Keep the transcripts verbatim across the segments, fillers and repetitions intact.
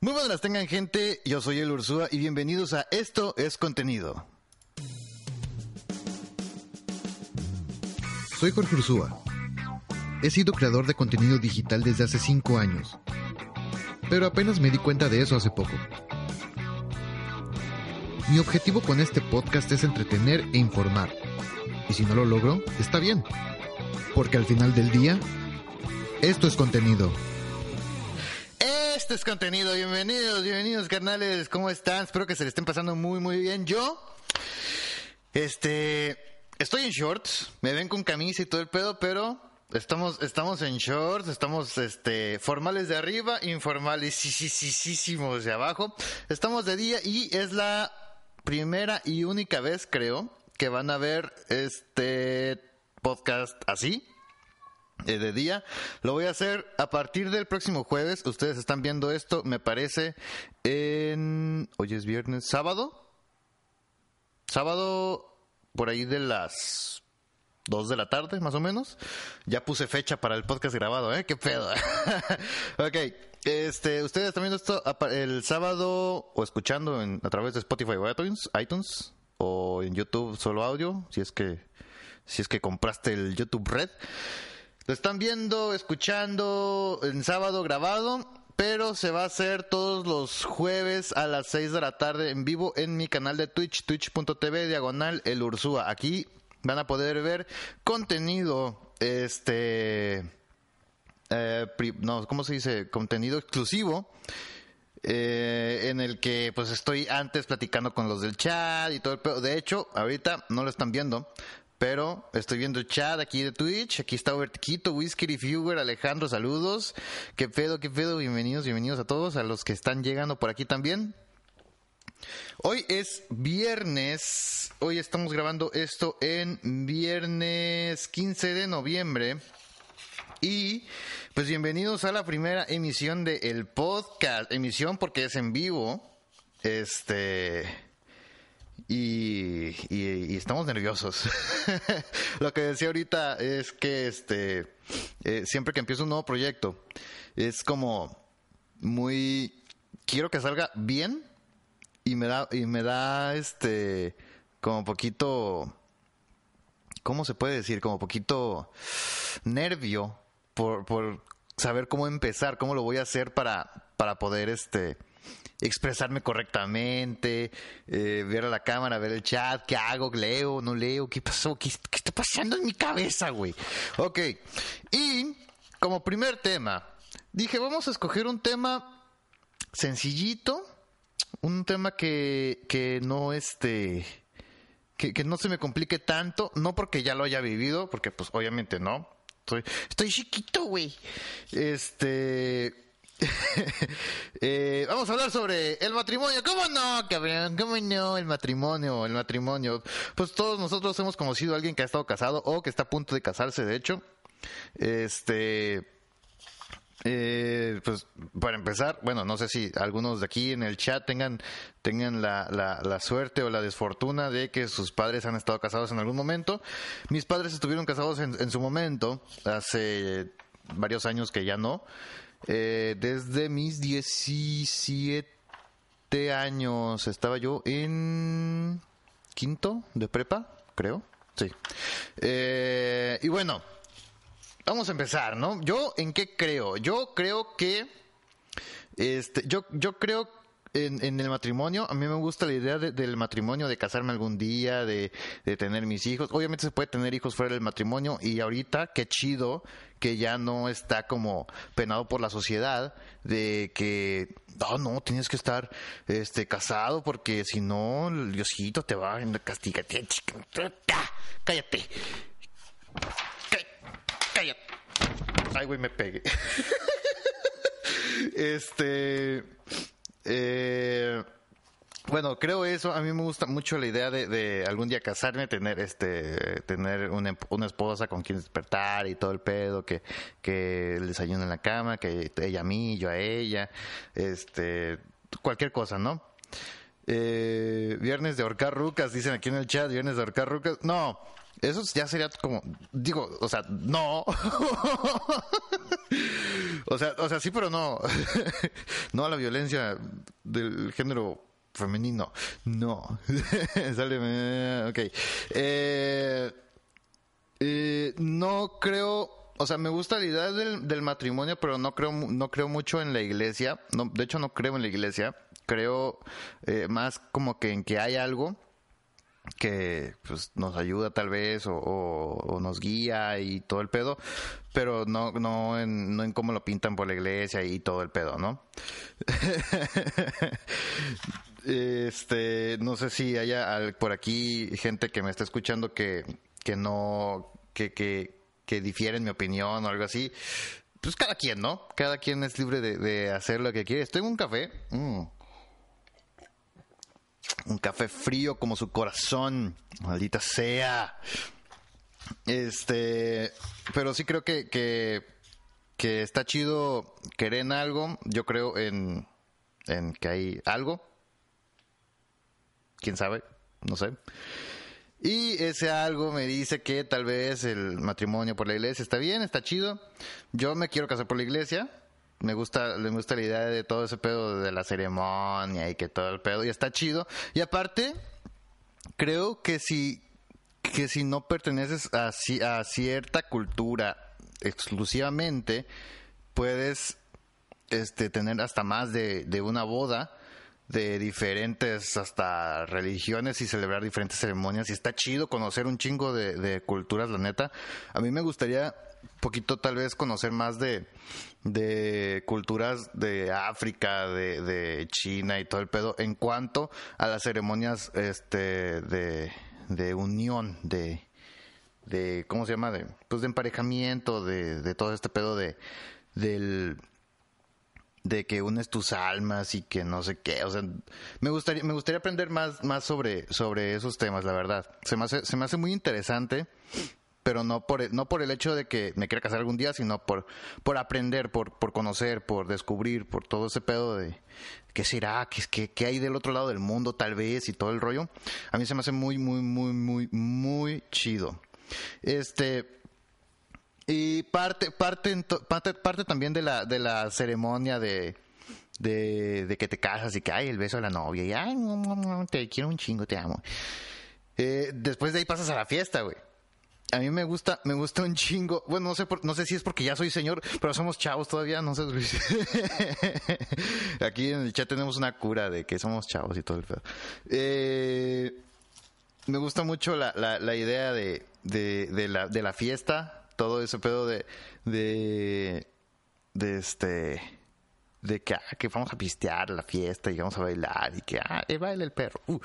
Muy buenas las tengan, gente, yo soy el Ursúa y bienvenidos a Esto es Contenido. Soy Jorge Ursúa. He sido creador de contenido digital desde hace cinco años, pero apenas me di cuenta de eso hace poco. Mi objetivo con este podcast es entretener e informar, y si no lo logro, está bien, porque al final del día, esto es contenido. Este es Contenido, bienvenidos, bienvenidos carnales, ¿cómo están? Espero que se le estén pasando muy muy bien. Yo, este, estoy en shorts, me ven con camisa y todo el pedo, pero estamos, estamos en shorts, estamos, este, formales de arriba, informales, sí, sí, sí, sí, sí, de abajo. Estamos de día y es la primera y única vez, creo, que van a ver este podcast así. De día, lo voy a hacer a partir del próximo jueves. Ustedes están viendo esto, me parece, en... Hoy es viernes, sábado. Sábado, por ahí de las dos de la tarde, más o menos. Ya puse fecha para el podcast grabado, ¿eh? ¡Qué pedo! Ok, este, ustedes están viendo esto el sábado o escuchando en, a través de Spotify o iTunes, iTunes, o en YouTube solo audio, si es que, si es que compraste el YouTube Red. Lo están viendo, escuchando en sábado grabado, pero se va a hacer todos los jueves a las seis de la tarde en vivo en mi canal de Twitch, twitch.tv diagonal el Ursúa. Aquí van a poder ver contenido, este, eh, pri, no, ¿cómo se dice? Contenido exclusivo. Eh, en el que pues estoy antes platicando con los del chat y todo el pedo. De hecho, ahorita no lo están viendo, pero estoy viendo el chat aquí de Twitch. Aquí está Obertiquito, Whisky, Reviewer, Alejandro, saludos. ¿Qué pedo, qué pedo? Bienvenidos, bienvenidos a todos, a los que están llegando por aquí también. Hoy es viernes. Hoy estamos grabando esto en viernes quince de noviembre. Y pues bienvenidos a la primera emisión de el podcast. Emisión porque es en vivo. Este... Y, y, y estamos nerviosos. Lo que decía ahorita es que este eh, siempre que empiezo un nuevo proyecto es como muy quiero que salga bien y me da y me da este como poquito, ¿cómo se puede decir? Como poquito nervio por por saber cómo empezar, cómo lo voy a hacer para para poder este expresarme correctamente, eh, ver a la cámara, ver el chat, ¿qué hago? ¿Leo? ¿No leo? ¿Qué pasó? ¿Qué, qué está pasando en mi cabeza, güey? Ok, y como primer tema, dije, vamos a escoger un tema sencillito, un tema que, que no este... Que, que no se me complique tanto, no porque ya lo haya vivido, porque pues obviamente no, estoy, estoy chiquito, güey. Este... eh, vamos a hablar sobre el matrimonio. ¿Cómo no, cabrón? ¿Cómo no? El matrimonio, el matrimonio. Pues todos nosotros hemos conocido a alguien que ha estado casado o que está a punto de casarse, de hecho. Este... Eh, pues para empezar, bueno, no sé si algunos de aquí en el chat tengan tengan la, la, la suerte o la desfortuna de que sus padres han estado casados en algún momento. Mis padres estuvieron casados en, en su momento, hace varios años que ya no. Eh, desde mis diecisiete años estaba yo en quinto de prepa, creo. Sí. Eh, y bueno, vamos a empezar, ¿no? Yo, ¿en qué creo? Yo creo que este, yo, yo creo en, en el matrimonio. A mí me gusta la idea de, del matrimonio, de casarme algún día, de, de tener mis hijos. Obviamente se puede tener hijos fuera del matrimonio y ahorita qué chido que ya no está como penado por la sociedad de que no, no, tienes que estar este casado porque si no el Diosito te va a castigar. Cállate. Cállate. Ay, güey, me pegué. este eh Bueno, creo eso. A mí me gusta mucho la idea de, de algún día casarme, tener este, tener una, una esposa con quien despertar y todo el pedo, que, que el desayuno en la cama, que ella a mí, yo a ella, este, cualquier cosa, ¿no? Eh, viernes de ahorcar rucas, dicen aquí en el chat, viernes de ahorcar rucas. No, eso ya sería como, digo, o sea, no. O sea, o sea, sí, pero no. No a la violencia del género femenino. No. Sale, ok. Eh, eh, no creo... O sea, me gusta la idea del, del matrimonio, pero no creo no creo mucho en la iglesia. No, de hecho, no creo en la iglesia. Creo eh, más como que en que hay algo que pues nos ayuda tal vez o, o, o nos guía y todo el pedo, pero no no en, no en cómo lo pintan por la iglesia y todo el pedo, ¿no? Este, no sé si haya al, por aquí gente que me está escuchando que que no que que que difiere en mi opinión o algo así. Pues cada quien, ¿no? Cada quien es libre de, de hacer lo que quiere. Estoy en un café. Mm. Un café frío como su corazón, maldita sea. Este, pero sí creo que, que, que está chido querer en algo. Yo creo en, en que hay algo. ¿Quién sabe? No sé. Y ese algo me dice que tal vez el matrimonio por la iglesia está bien, está chido. Yo me quiero casar por la iglesia. Me gusta, me gusta la idea de todo ese pedo de la ceremonia y que todo el pedo, y está chido. Y aparte, creo que si, que si no perteneces a, a cierta cultura exclusivamente, puedes este, tener hasta más de, de una boda, de diferentes hasta religiones y celebrar diferentes ceremonias. Y está chido conocer un chingo de, de culturas, la neta. A mí me gustaría poquito tal vez conocer más de, de culturas de África, de, de China y todo el pedo en cuanto a las ceremonias este de, de unión, de, de ¿cómo se llama? De, pues de emparejamiento, de, de todo este pedo de del de que unes tus almas y que no sé qué, o sea, me gustaría me gustaría aprender más más sobre sobre esos temas, la verdad. Se me hace se me hace muy interesante, pero no por el, no por el hecho de que me quiera casar algún día, sino por por aprender, por por conocer, por descubrir, por todo ese pedo de qué será, qué qué, qué hay del otro lado del mundo tal vez y todo el rollo. A mí se me hace muy muy muy muy muy chido. Este y parte parte parte, parte también de la de la ceremonia de de, de que te casas y que hay el beso de la novia y ay, te quiero un chingo, te amo. Eh, después de ahí pasas a la fiesta, güey. A mí me gusta, me gusta un chingo. Bueno, no sé, por, no sé si es porque ya soy señor, pero somos chavos todavía, no sé. Aquí en el chat tenemos una cura de que somos chavos y todo el pedo. Eh, me gusta mucho la, la, la idea de, de, de la, de la fiesta, todo ese pedo de, de, de este, de que, ah, que vamos a pistear la fiesta y vamos a bailar y que, ah, eh, baila el perro. Uh.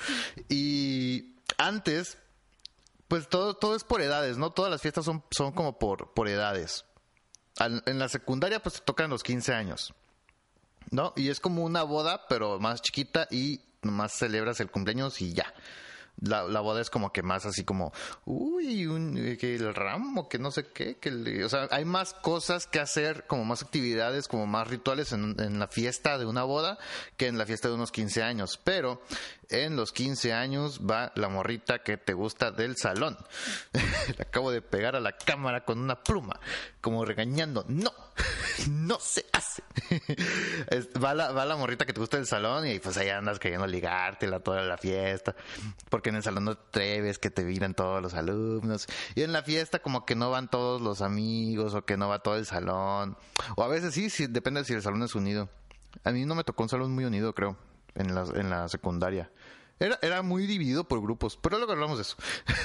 Y antes, pues todo todo es por edades, ¿no? Todas las fiestas son, son como por, por edades. Al, en la secundaria pues te tocan los quince años, ¿no? Y es como una boda, pero más chiquita y nomás celebras el cumpleaños y ya. La, la boda es como que más así como, uy, un, que el ramo, que no sé qué, que el, o sea, hay más cosas que hacer, como más actividades, como más rituales en, en la fiesta de una boda que en la fiesta de unos quince años. Pero en los quince años va la morrita que te gusta del salón. Le acabo de pegar a la cámara con una pluma, como regañando, no, no se hace. va, la, va la morrita que te gusta del salón y pues ahí andas queriendo ligártela toda la fiesta, porque en el salón no te atreves, que te miran todos los alumnos, y en la fiesta como que no van todos los amigos o que no va todo el salón, o a veces sí, sí depende de si el salón es unido. A mí no me tocó un salón muy unido, creo, en la, en la secundaria. Era, era muy dividido por grupos, pero luego hablamos de eso.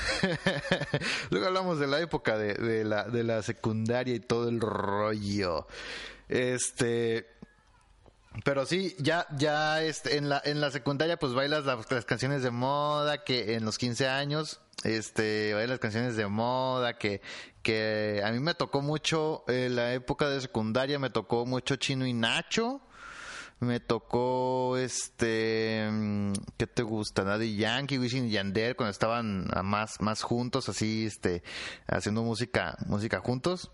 Luego hablamos de la época de, de, la, de la secundaria y todo el rollo. Este... Pero sí, ya, ya este, en la, en la secundaria pues bailas las, las canciones de moda, que en los quince años, este, bailas las canciones de moda, que, que a mí me tocó mucho, en la época de secundaria me tocó mucho Chino y Nacho, me tocó este, ¿qué te gusta? Daddy Yankee, Wisin y Yandel, cuando estaban más, más juntos, así, este, haciendo música, música juntos,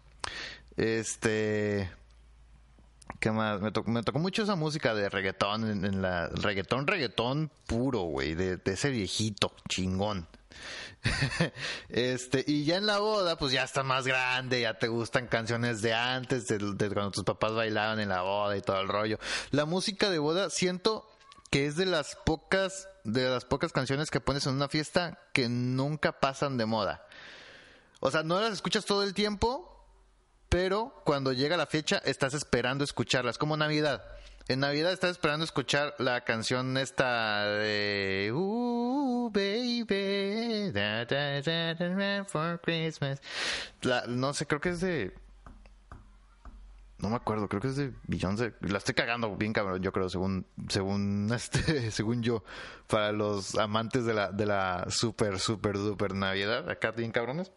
este... ¿Qué más? Me tocó, me tocó mucho esa música de reggaetón, en, en la reggaetón, reggaetón puro, güey, de, de ese viejito chingón. este, y ya en la boda, pues ya estás más grande, ya te gustan canciones de antes, de, de cuando tus papás bailaban en la boda y todo el rollo. La música de boda siento que es de las pocas, de las pocas canciones que pones en una fiesta que nunca pasan de moda. O sea, no las escuchas todo el tiempo, pero cuando llega la fecha estás esperando escucharlas, como Navidad. En Navidad estás esperando escuchar la canción esta de Uh, baby, da, da, da, da, for Christmas. La, no sé, creo que es de... No me acuerdo, creo que es de Beyoncé. La estoy cagando bien cabrón, yo creo, según según este según yo. Para los amantes de la de la super, super, super Navidad, acá bien cabrones.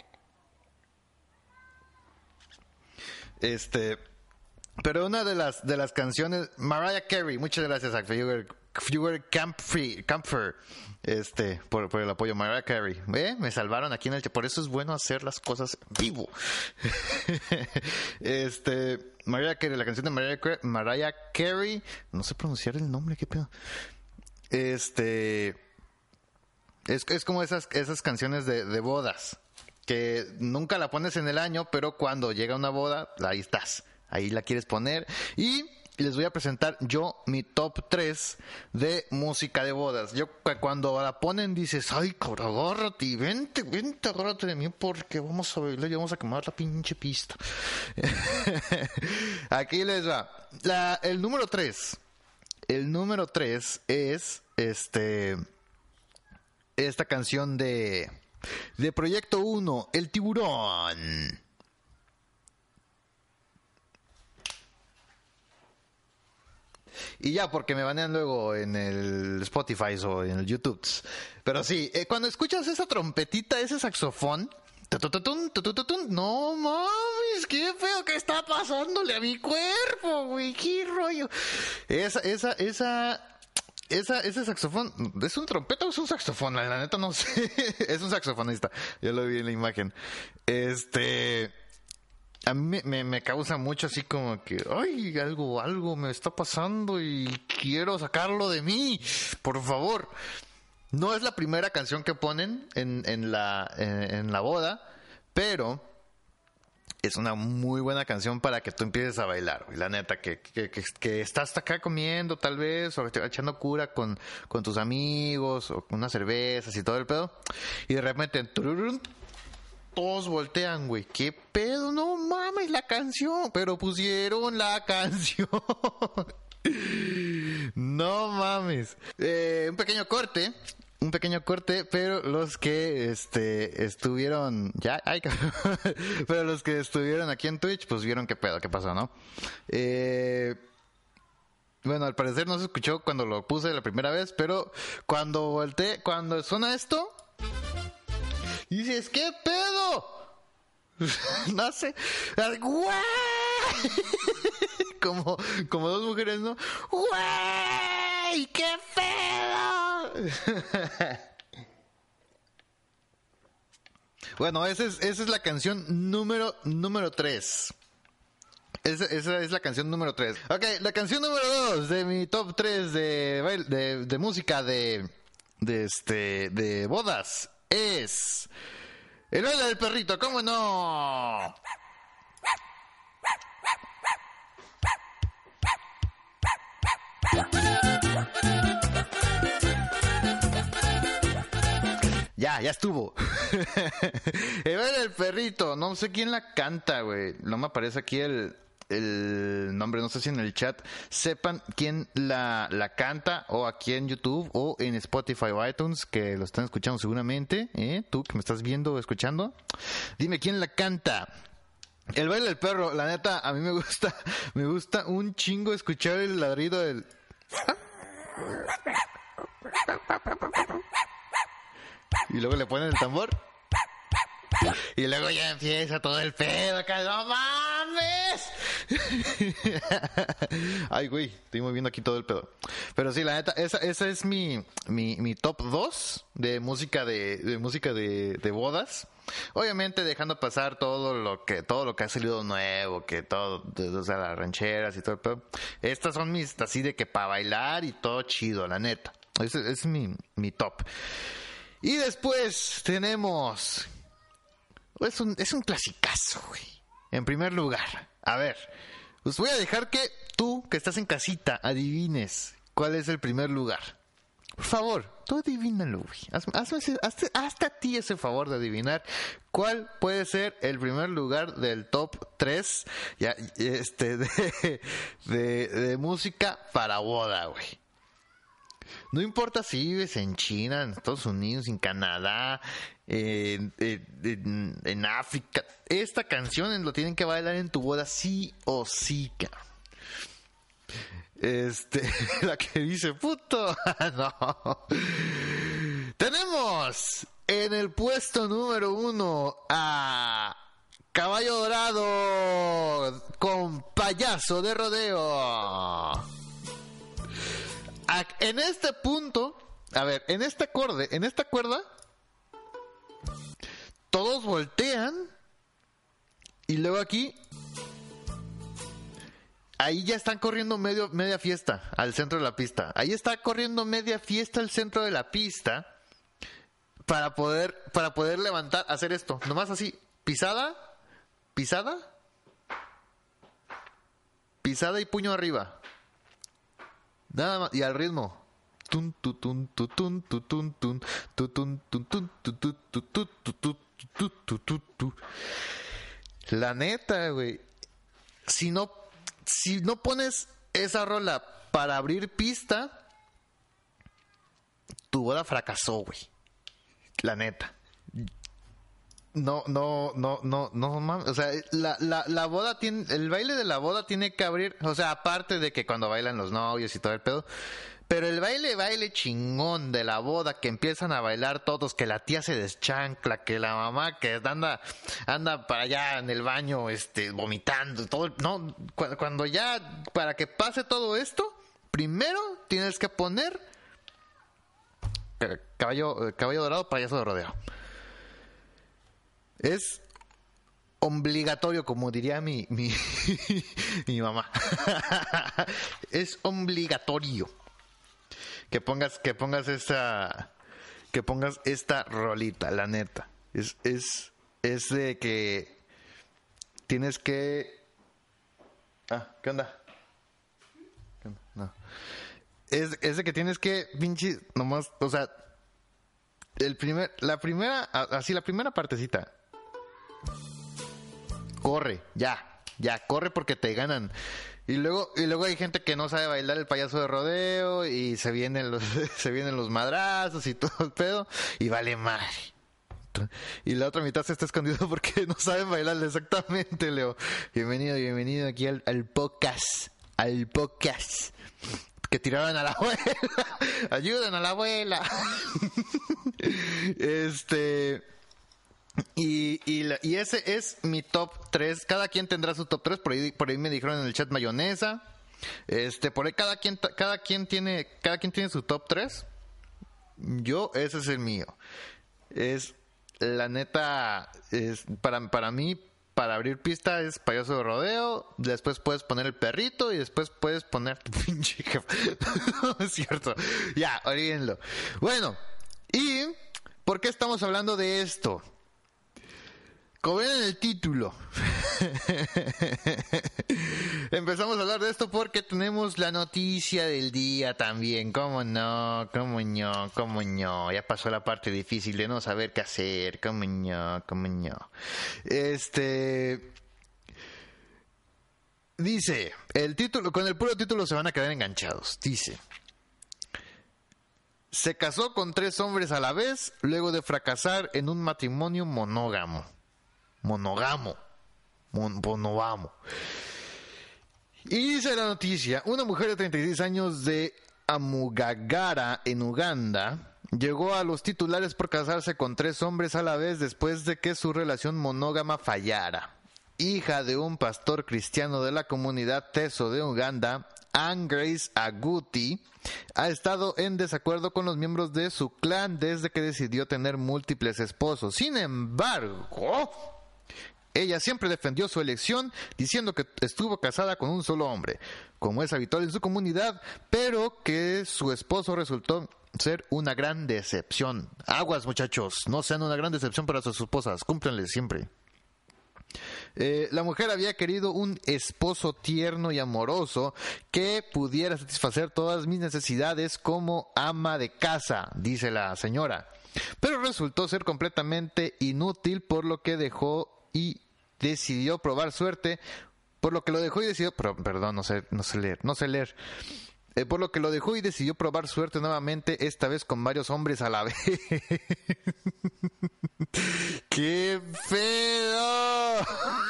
Este... Pero una de las de las canciones, Mariah Carey, muchas gracias a Fewer Camper, este, por, por el apoyo. Mariah Carey, ¿eh? Me salvaron aquí en el chat, por eso es bueno hacer las cosas vivo. este, Mariah Carey, la canción de Mariah, Mariah Carey, no sé pronunciar el nombre, qué pedo. Este, es, es como esas esas canciones de, de bodas que nunca la pones en el año, pero cuando llega una boda, ahí estás. Ahí la quieres poner. Y les voy a presentar yo mi top tres de música de bodas. Yo cuando la ponen dices, ay, cabrón, agárrate, vente, vente, agárrate de mí porque vamos a bailar y vamos a quemar la pinche pista. Aquí les va. La, el número tres. El número tres es este esta canción de, de Proyecto uno, El Tiburón. Y ya, porque me banean luego en el Spotify o en el YouTube. Pero sí, eh, cuando escuchas esa trompetita, ese saxofón, tutututun, tutututun, no mames, qué feo que está pasándole a mi cuerpo, güey, qué rollo. Esa, esa, esa... Esa, ese saxofón, ¿es un trompeta o es un saxofón? La, la neta no sé. Es un saxofonista. Yo lo vi en la imagen. Este... A mí me, me, me causa mucho así como que, ay, algo, algo me está pasando y quiero sacarlo de mí, por favor. No es la primera canción que ponen en, en, la, en, en la boda, pero es una muy buena canción para que tú empieces a bailar. Y la neta, que, que, que, que estás acá comiendo tal vez, o echando cura con, con tus amigos, o con unas cervezas y todo el pedo, y de repente, tururún, todos voltean, güey. ¿Qué pedo? No mames, la canción. Pero pusieron la canción. No mames. Eh, un pequeño corte. Un pequeño corte, pero los que este estuvieron ya, ay, pero los que estuvieron aquí en Twitch, pues vieron qué pedo, qué pasó, ¿no? Eh, bueno, al parecer no se escuchó cuando lo puse la primera vez, pero cuando volteé, cuando suena esto, y dices, ¿qué pedo? No sé. ¡Güey! Como, como dos mujeres, ¿no? ¡Güey! ¡Qué pedo! Bueno, esa es, esa es la canción número, número tres. Esa, esa es la canción número tres. Ok, la canción número dos de mi top tres de, de, de música de, de, este, de bodas es El baile del perrito, ¿cómo no? Ya, ya estuvo. El baile del perrito, no sé quién la canta, güey. No me aparece aquí el, el nombre, no sé si en el chat sepan quién la, la canta, o aquí en YouTube o en Spotify o iTunes, que lo están escuchando seguramente, ¿eh? Tú que me estás viendo o escuchando, dime quién la canta. El baile del perro, la neta, a mí me gusta, me gusta un chingo escuchar el ladrido del... Y luego le ponen el tambor. Y luego ya empieza todo el pedo acá. ¡No mames! Ay, güey, estoy moviendo aquí todo el pedo. Pero sí, la neta, esa, esa es mi, mi, mi top dos de música de, de música de, de bodas. Obviamente dejando pasar todo lo que, todo lo que ha salido nuevo, que todo, o sea, las rancheras y todo el pedo. Estas son mis, así de que para bailar y todo chido, la neta. Ese, ese es mi, mi top. Y después tenemos... Es un, es un clasicazo, güey. En primer lugar, a ver, os voy a dejar que tú, que estás en casita, adivines cuál es el primer lugar. Por favor, tú adivínalo, güey. Hazme, hazme ese, hazte, hazte a ti ese favor de adivinar cuál puede ser el primer lugar del top tres ya, este, de, de, de música para boda, güey. No importa si vives en China, en Estados Unidos, en Canadá, en, en, en África. Esta canción lo tienen que bailar en tu boda sí o sí, cabrón. Este, la que dice puto. No. Tenemos en el puesto número uno a Caballo Dorado con Payaso de Rodeo. En este punto, a ver, en este acorde, en esta cuerda, todos voltean y luego aquí, ahí ya están corriendo medio, media fiesta al centro de la pista. Ahí está corriendo media fiesta al centro de la pista para poder, para poder levantar, hacer esto. Nomás así, pisada, pisada, pisada y puño arriba. Nada más, y al ritmo. Tun tu tun tu tun tu tun tun tu tun tun tun tu tu tu tu tu tu tu tu tu. La neta, güey. Si no si no pones esa rola para abrir pista, tu boda fracasó, güey. La neta. No, no, no, no, no mames. O sea, la, la, la boda tiene, el baile de la boda tiene que abrir, o sea, aparte de que cuando bailan los novios y todo el pedo, pero el baile, baile chingón de la boda, que empiezan a bailar todos, que la tía se deschancla, que la mamá que anda, anda para allá en el baño, este, vomitando, todo, no, cuando ya, para que pase todo esto, primero tienes que poner caballo, caballo dorado, payaso de rodeo. Es obligatorio, como diría mi mi, mi mamá. Es obligatorio que pongas que pongas esta que pongas esta rolita, la neta. Es es es de que tienes que Ah, ¿qué onda? ¿Qué onda? No. Es es de que tienes que pinche nomás, o sea, el primer la primera así la primera partecita. Corre, ya, ya, corre porque te ganan. Y luego, y luego hay gente que no sabe bailar el payaso de rodeo y se vienen los, se vienen los madrazos y todo el pedo y vale madre. Y la otra mitad se está escondido porque no saben bailar exactamente, Leo. Bienvenido, bienvenido aquí al, al podcast, al podcast. Que tiraron a la abuela. Ayuden a la abuela. Este... Y, y, la, y ese es mi top tres. Cada quien tendrá su top tres. Por ahí, por ahí me dijeron en el chat mayonesa. Este, por ahí cada quien, cada quien tiene, cada quien tiene su top tres. Yo, ese es el mío. Es la neta, es para, para mí, para abrir pista es payaso de rodeo. Después puedes poner el perrito y después puedes poner tu pinche jefe. No es cierto. Ya, olvídenlo. Bueno, ¿y por qué estamos hablando de esto? Como ven en el título, empezamos a hablar de esto porque tenemos la noticia del día también. ¿Cómo no? ¿Cómo no? ¿Cómo no? Ya pasó la parte difícil de no saber qué hacer. ¿Cómo no? ¿Cómo no? Este... Dice, el título, con el puro título se van a quedar enganchados. Dice... Se casó con tres hombres a la vez luego de fracasar en un matrimonio monógamo. Monógamo. Mon- monógamo. Y dice la noticia, una mujer de treinta y seis años de Amugagara, en Uganda, llegó a los titulares por casarse con tres hombres a la vez después de que su relación monógama fallara. Hija de un pastor cristiano de la comunidad Teso de Uganda, Anne Grace Aguti ha estado en desacuerdo con los miembros de su clan desde que decidió tener múltiples esposos. Sin embargo, ella siempre defendió su elección, diciendo que estuvo casada con un solo hombre, como es habitual en su comunidad, pero que su esposo resultó ser una gran decepción. Aguas, muchachos, no sean una gran decepción para sus esposas, cúmplanles siempre. Eh, la mujer había querido un esposo tierno y amoroso que pudiera satisfacer todas mis necesidades como ama de casa, dice la señora. Pero resultó ser completamente inútil, por lo que dejó y decidió probar suerte, por lo que lo dejó y decidió, pero, perdón, no sé, no sé leer, no sé leer. Eh, por lo que lo dejó y decidió probar suerte nuevamente, esta vez con varios hombres a la vez. ¡Qué pedo!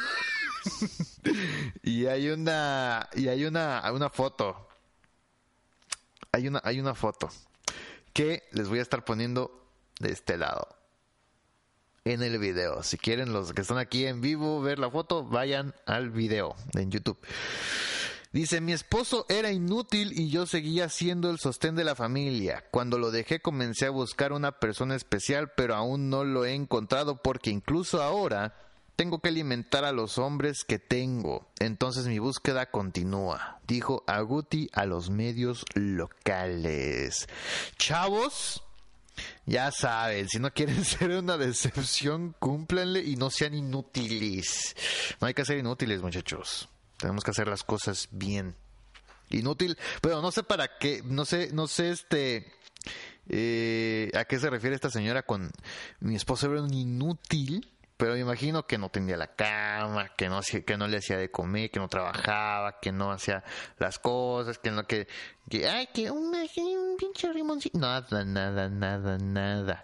Y hay una y hay una una foto. Hay una hay una foto que les voy a estar poniendo de este lado en el video. Si quieren, los que están aquí en vivo ver la foto, vayan al video en YouTube. Dice, mi esposo era inútil y yo seguía siendo el sostén de la familia. Cuando lo dejé comencé a buscar una persona especial, pero aún no lo he encontrado porque incluso ahora tengo que alimentar a los hombres que tengo. Entonces mi búsqueda continúa, dijo Agouti a los medios locales. Chavos, ya saben, si no quieren ser una decepción, cúmplanle y no sean inútiles. No hay que ser inútiles, muchachos. Tenemos que hacer las cosas bien. Inútil, pero no sé para qué, no sé, no sé este, eh, a qué se refiere esta señora con mi esposo era un inútil, pero me imagino que no tendía la cama, que no, que no le hacía de comer, que no trabajaba, que no hacía las cosas, que no, que, que ay, que un, un pinche rimoncito, nada, nada, nada, nada.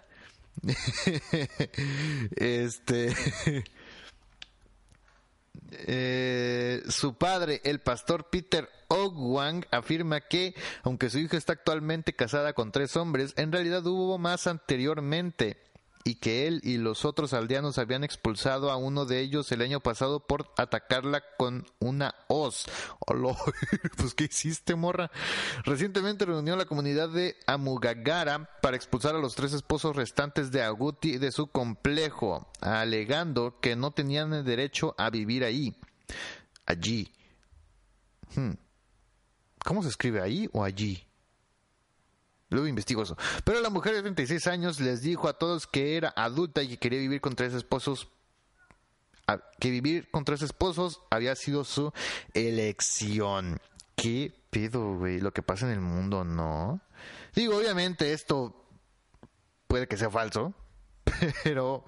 este... Eh, su padre, el pastor Peter Ogwang, afirma que, aunque su hija está actualmente casada con tres hombres, en realidad hubo más anteriormente y que él y los otros aldeanos habían expulsado a uno de ellos el año pasado por atacarla con una hoz. Oh, pues ¿qué hiciste, morra? Recientemente reunió a la comunidad de Amugagara para expulsar a los tres esposos restantes de Agouti de su complejo, alegando que no tenían el derecho a vivir ahí. Allí. Hmm. ¿Cómo se escribe ahí o allí? Luego investigo eso. Pero la mujer de treinta y seis años les dijo a todos que era adulta y que quería vivir con tres esposos. Que vivir con tres esposos había sido su elección. ¿Qué pedo, güey? Lo que pasa en el mundo, ¿no? Digo, obviamente esto puede que sea falso, pero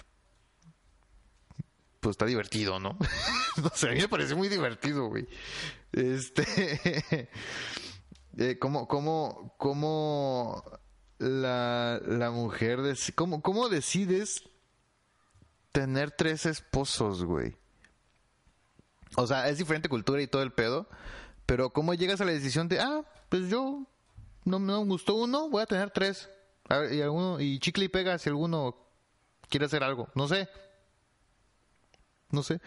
pues está divertido, ¿no? No sé, a mí me parece muy divertido, güey. Este... Eh, ¿Cómo, cómo, cómo la, la mujer... Dec- ¿Cómo, ¿Cómo decides tener tres esposos, güey? O sea, es diferente cultura y todo el pedo, pero ¿cómo llegas a la decisión de, ah, pues yo no me gustó uno, voy a tener tres? A ver, y, alguno, y chicle y pega si alguno quiere hacer algo. No sé. No sé.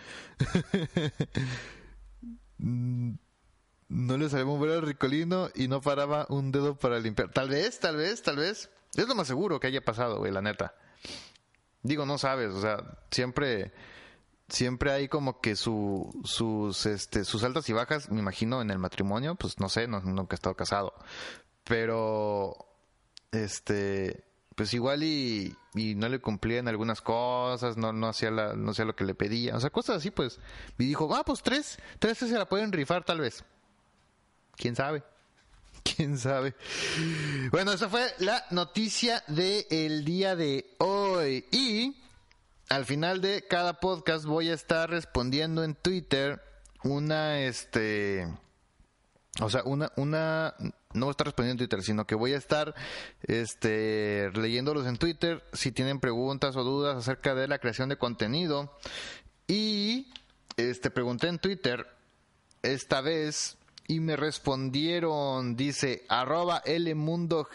No le sabía mover al ricolino y no paraba un dedo para limpiar. Tal vez, tal vez, tal vez. Es lo más seguro que haya pasado, güey, la neta. Digo, no sabes, o sea, siempre siempre hay como que su sus este sus altas y bajas, me imagino, en el matrimonio, pues no sé, no, nunca he estado casado. Pero este pues igual y, y no le cumplía en algunas cosas, no no hacía la no hacía lo que le pedía, o sea, cosas así, pues. Y dijo, "Ah, pues tres, tres se la pueden rifar tal vez." ¿Quién sabe? ¿Quién sabe? Bueno, esa fue la noticia del día de hoy. Y al final de cada podcast voy a estar respondiendo en Twitter una, este... O sea, una... una no voy a estar respondiendo en Twitter, sino que voy a estar este, leyéndolos en Twitter si tienen preguntas o dudas acerca de la creación de contenido. Y este pregunté en Twitter esta vez... Y me respondieron, dice, arroba lmundogl.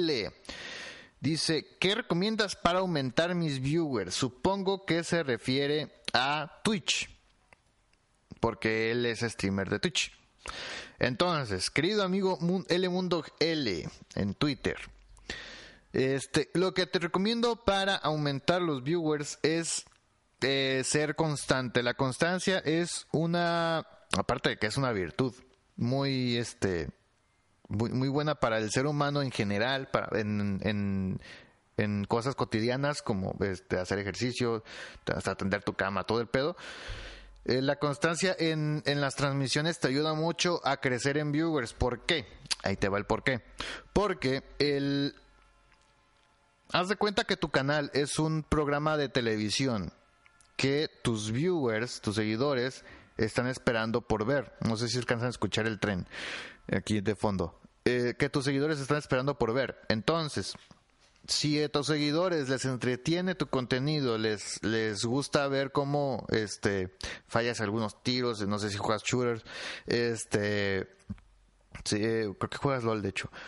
Dice, ¿qué recomiendas para aumentar mis viewers? Supongo que se refiere a Twitch, porque él es streamer de Twitch. Entonces, querido amigo lmundogl en Twitter, este, lo que te recomiendo para aumentar los viewers es eh, ser constante. La constancia es una, aparte de que es una virtud, muy este muy, muy buena para el ser humano en general, para en, en, en cosas cotidianas como este, hacer ejercicio, hasta atender tu cama, todo el pedo. Eh, la constancia en, en las transmisiones te ayuda mucho a crecer en viewers. ¿Por qué? Ahí te va el por qué. Porque el... haz de cuenta que tu canal es un programa de televisión que tus viewers, tus seguidores, están esperando por ver. No sé si alcanzan a escuchar el tren aquí de fondo. Eh, que tus seguidores están esperando por ver. Entonces, si a tus seguidores les entretiene tu contenido, les les gusta ver cómo este fallas algunos tiros, no sé si juegas shooters, este sí, creo que juegas LOL de hecho.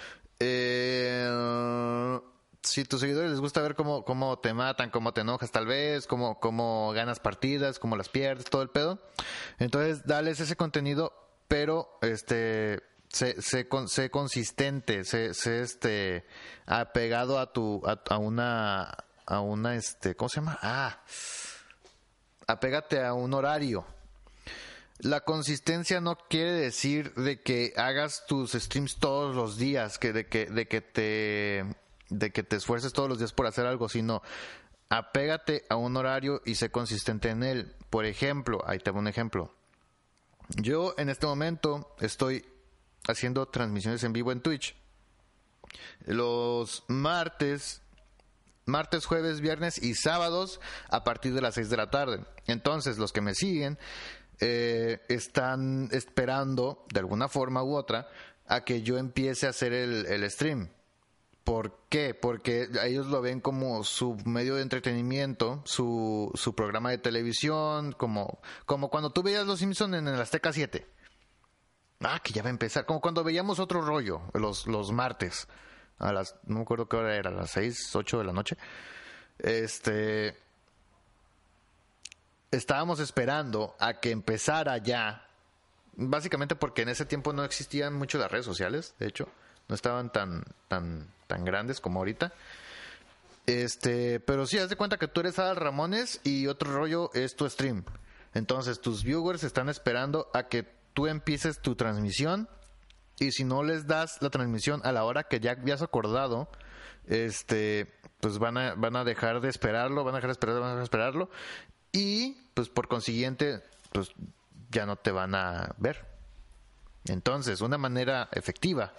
Eh, si a tus seguidores les gusta ver cómo cómo te matan, cómo te enojas tal vez, cómo cómo ganas partidas, cómo las pierdes, todo el pedo, entonces dales ese contenido, pero este Sé, sé, sé consistente, sé, sé este apegado a tu a, a una a una este ¿cómo se llama? Ah, apégate a un horario. La consistencia no quiere decir de que hagas tus streams todos los días, que de que de que te de que te esfuerces todos los días por hacer algo, sino apégate a un horario y sé consistente en él. Por ejemplo, ahí te voy un ejemplo. Yo en este momento estoy haciendo transmisiones en vivo en Twitch los martes, martes, jueves, viernes y sábados a partir de las seis de la tarde. Entonces los que me siguen eh, están esperando de alguna forma u otra a que yo empiece a hacer el, el stream. ¿Por qué? Porque ellos lo ven como su medio de entretenimiento, su, su programa de televisión, como, como cuando tú veías Los Simpson en el Azteca siete. Ah, que ya va a empezar. Como cuando veíamos Otro Rollo, los, los martes. A las, no me acuerdo qué hora era, a las seis, ocho de la noche. Este... Estábamos esperando a que empezara ya. Básicamente porque en ese tiempo no existían mucho las redes sociales, de hecho. No estaban tan, tan, tan grandes como ahorita. Este, pero sí, haz de cuenta que tú eres Adal Ramones y Otro Rollo es tu stream. Entonces tus viewers están esperando a que tú empieces tu transmisión, y si no les das la transmisión a la hora que ya habías acordado, este, pues van a, van a dejar de esperarlo, van a dejar de esperarlo, van a dejar de esperarlo, y pues por consiguiente, pues ya no te van a ver. Entonces, una manera efectiva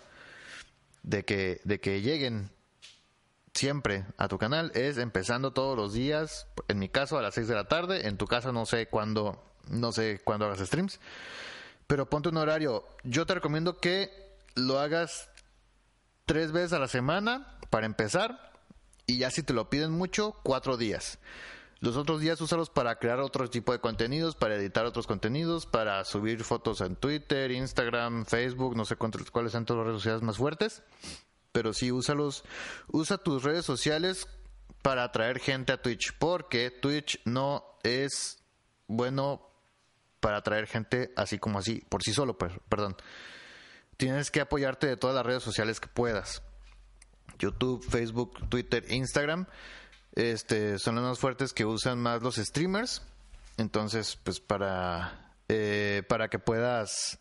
de que, de que lleguen siempre a tu canal es empezando todos los días, en mi caso a las seis de la tarde, en tu caso no sé cuándo, no sé cuándo hagas streams, pero ponte un horario. Yo te recomiendo que lo hagas tres veces a la semana para empezar, y ya si te lo piden mucho, cuatro días. Los otros días úsalos para crear otro tipo de contenidos, para editar otros contenidos, para subir fotos en Twitter, Instagram, Facebook, no sé cuántos, cuáles son todas las redes sociales más fuertes, pero sí úsalos, usa tus redes sociales para atraer gente a Twitch, porque Twitch no es bueno para atraer gente así como así, por sí solo, pues, perdón. Tienes que apoyarte de todas las redes sociales que puedas. YouTube, Facebook, Twitter, Instagram, este, son las más fuertes que usan más los streamers. Entonces, pues para eh, para que puedas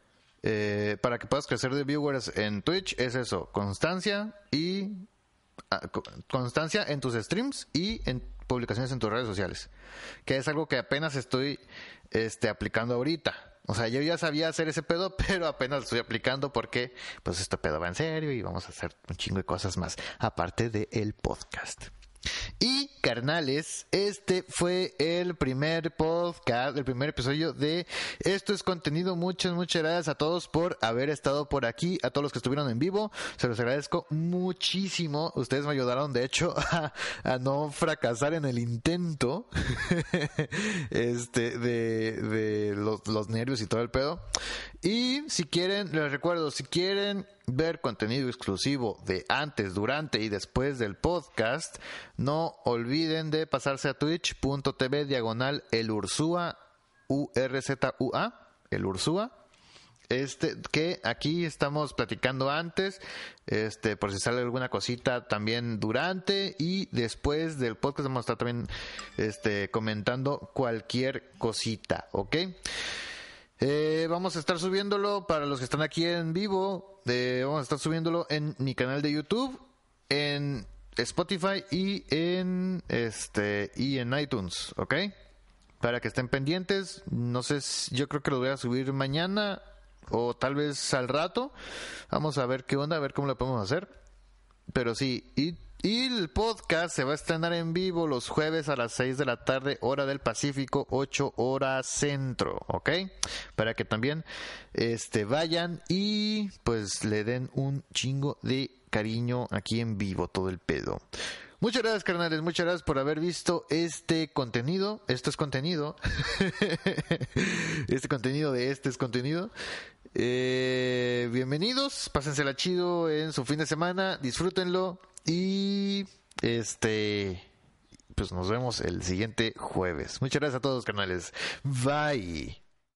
eh, para que puedas crecer de viewers en Twitch es eso, constancia y uh, constancia en tus streams y en publicaciones en tus redes sociales, que es algo que apenas estoy este aplicando ahorita. O sea, yo ya sabía hacer ese pedo, pero apenas lo estoy aplicando porque pues este pedo va en serio y vamos a hacer un chingo de cosas más aparte del podcast. Y carnales, este fue el primer podcast, el primer episodio de Esto es Contenido. Muchas, muchas gracias a todos por haber estado por aquí, a todos los que estuvieron en vivo, se los agradezco muchísimo. Ustedes me ayudaron de hecho a, a no fracasar en el intento este de, de los, los nervios y todo el pedo. Y si quieren, les recuerdo, si quieren ver contenido exclusivo de antes, durante y después del podcast, no olviden de pasarse a twitch.tv diagonal el Ursúa, U R Z U A, el Ursúa. Este, que aquí estamos platicando antes, este, por si sale alguna cosita también durante y después del podcast vamos a estar también este, comentando cualquier cosita, ¿ok? Eh, vamos a estar subiéndolo para los que están aquí en vivo eh, vamos a estar subiéndolo en mi canal de YouTube, en Spotify y en este y en iTunes, ¿ok? Para que estén pendientes. No sé, si, yo creo que lo voy a subir mañana o tal vez al rato. Vamos a ver qué onda, a ver cómo lo podemos hacer. Pero sí, y, y el podcast se va a estrenar en vivo los jueves a las seis de la tarde, hora del Pacífico, ocho horas centro, ¿ok? Para que también este vayan y pues le den un chingo de cariño aquí en vivo, todo el pedo. Muchas gracias, carnales, muchas gracias por haber visto este contenido. Esto es contenido. Este contenido de este es contenido. Eh, bienvenidos, pásensela chido en su fin de semana, disfrútenlo y este, pues nos vemos el siguiente jueves. Muchas gracias a todos, carnales. Bye.